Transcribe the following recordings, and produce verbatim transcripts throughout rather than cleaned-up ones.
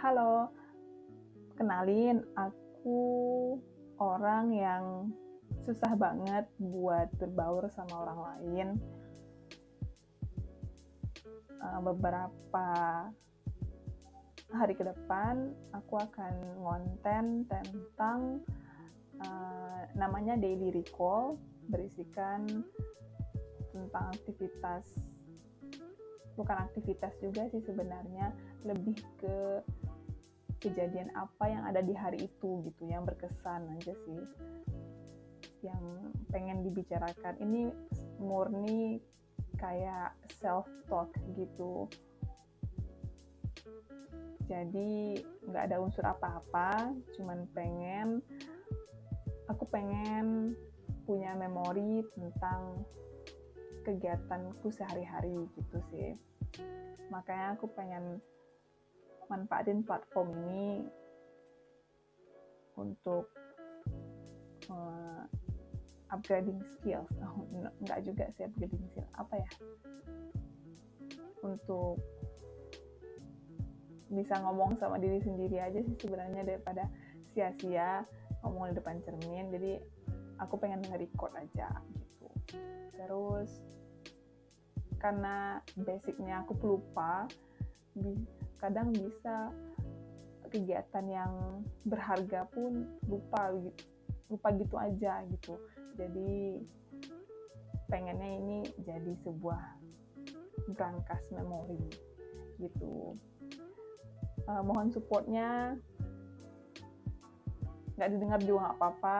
Halo, kenalin aku orang yang susah banget buat berbaur sama orang lain. Uh, beberapa hari ke depan aku akan ngonten tentang uh, namanya Daily Recall, berisikan tentang aktivitas, bukan aktivitas juga sih sebenarnya, lebih ke kejadian apa yang ada di hari itu gitu, yang berkesan aja sih, yang pengen dibicarakan. Ini murni kayak self talk gitu, jadi nggak ada unsur apa-apa, cuman pengen aku pengen punya memori tentang kegiatanku sehari-hari gitu sih. Makanya aku pengen manfaatin platform ini untuk uh, upgrading skills. Oh, enggak juga sih upgrading skill, apa ya, untuk bisa ngomong sama diri sendiri aja sih sebenarnya, daripada sia-sia ngomong di depan cermin. Jadi aku pengen nge-record aja gitu. Terus karena basicnya aku pelupa, kadang bisa kegiatan yang berharga pun lupa gitu, lupa gitu aja gitu. Jadi pengennya ini jadi sebuah brankas memori gitu. Uh, mohon supportnya, nggak didengar juga nggak apa-apa.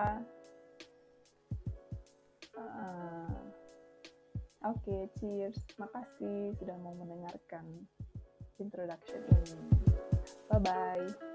Uh, Oke, okay, cheers. Makasih sudah mau mendengarkan introduction ini. Bye-bye.